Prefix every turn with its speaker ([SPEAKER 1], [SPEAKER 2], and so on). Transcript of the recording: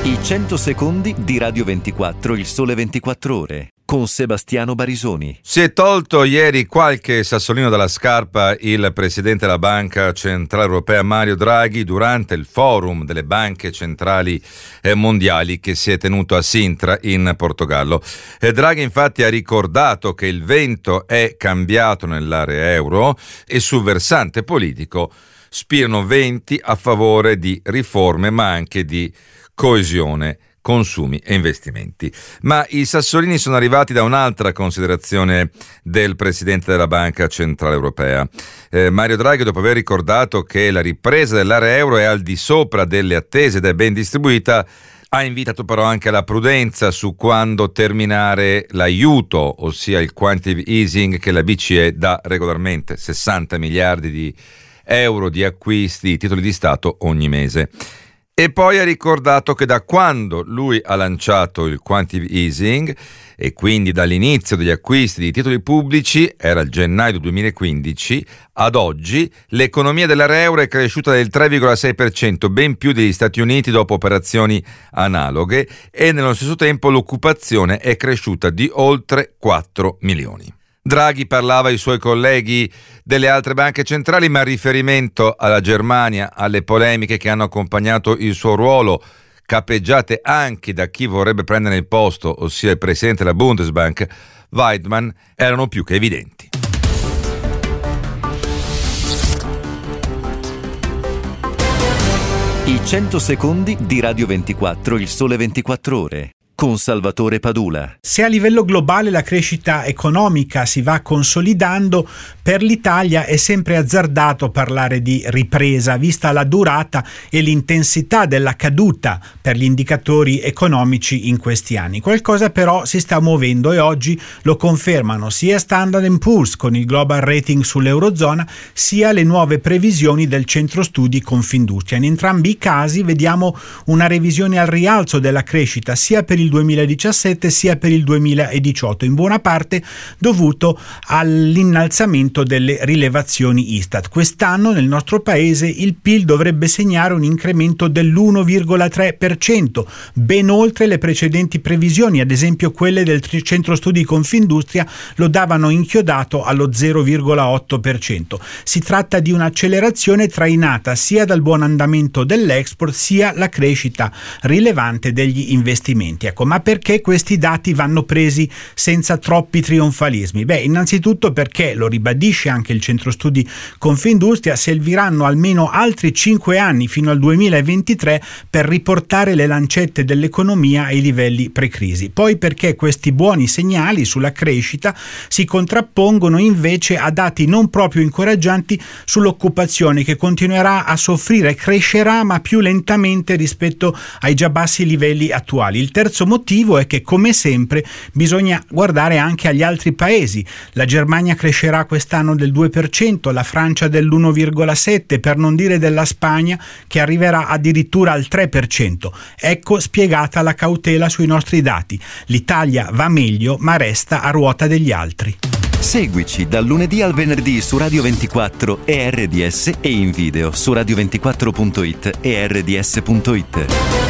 [SPEAKER 1] I 100 secondi di Radio 24, il Sole 24 Ore, con Sebastiano Barisoni.
[SPEAKER 2] Si è tolto ieri qualche sassolino dalla scarpa il presidente della Banca Centrale Europea Mario Draghi durante il forum delle banche centrali mondiali che si è tenuto a Sintra in Portogallo. Draghi infatti ha ricordato che il vento è cambiato nell'area euro e sul versante politico spirano venti a favore di riforme ma anche di coesione, consumi e investimenti. Ma i sassolini sono arrivati da un'altra considerazione del presidente della Banca Centrale Europea. Mario Draghi, dopo aver ricordato che la ripresa dell'area euro è al di sopra delle attese ed è ben distribuita, ha invitato però anche alla prudenza su quando terminare l'aiuto, ossia il quantitative easing che la BCE dà regolarmente, 60 miliardi di euro di acquisti di titoli di Stato ogni mese. E poi ha ricordato che da quando lui ha lanciato il quantitative easing e quindi dall'inizio degli acquisti di titoli pubblici, era il gennaio 2015, ad oggi l'economia dell'area euro è cresciuta del 3,6%, ben più degli Stati Uniti dopo operazioni analoghe, e nello stesso tempo l'occupazione è cresciuta di oltre 4 milioni. Draghi parlava ai suoi colleghi delle altre banche centrali, ma in riferimento alla Germania, alle polemiche che hanno accompagnato il suo ruolo, capeggiate anche da chi vorrebbe prendere il posto, ossia il presidente della Bundesbank, Weidmann, erano più che evidenti.
[SPEAKER 1] I 100 secondi di Radio 24, il Sole 24 Ore, con Salvatore Padula.
[SPEAKER 3] Se a livello globale la crescita economica si va consolidando, per l'Italia è sempre azzardato parlare di ripresa, vista la durata e l'intensità della caduta per gli indicatori economici in questi anni. Qualcosa però si sta muovendo e oggi lo confermano sia Standard & Poor's con il Global Rating sull'Eurozona, sia le nuove previsioni del centro studi Confindustria. In entrambi i casi vediamo una revisione al rialzo della crescita sia per il 2017 sia per il 2018, in buona parte dovuto all'innalzamento delle rilevazioni Istat. Quest'anno nel nostro paese il PIL dovrebbe segnare un incremento dell'1,3%, ben oltre le precedenti previsioni, ad esempio quelle del centro studi Confindustria lo davano inchiodato allo 0,8%. Si tratta di un'accelerazione trainata sia dal buon andamento dell'export sia la crescita rilevante degli investimenti. Ma perché questi dati vanno presi senza troppi trionfalismi? Innanzitutto perché, lo ribadisce anche il centro studi Confindustria, serviranno almeno altri 5 anni fino al 2023 per riportare le lancette dell'economia ai livelli pre-crisi. Poi perché questi buoni segnali sulla crescita si contrappongono invece a dati non proprio incoraggianti sull'occupazione, che continuerà a soffrire, crescerà ma più lentamente rispetto ai già bassi livelli attuali. Il terzo motivo è che, come sempre, bisogna guardare anche agli altri paesi. La Germania crescerà quest'anno del 2%, la Francia dell'1,7%, per non dire della Spagna che arriverà addirittura al 3%. Ecco spiegata la cautela sui nostri dati. L'Italia va meglio, ma resta a ruota degli altri.
[SPEAKER 1] Seguici dal lunedì al venerdì su Radio 24 e RDS e in video su radio24.it e rds.it.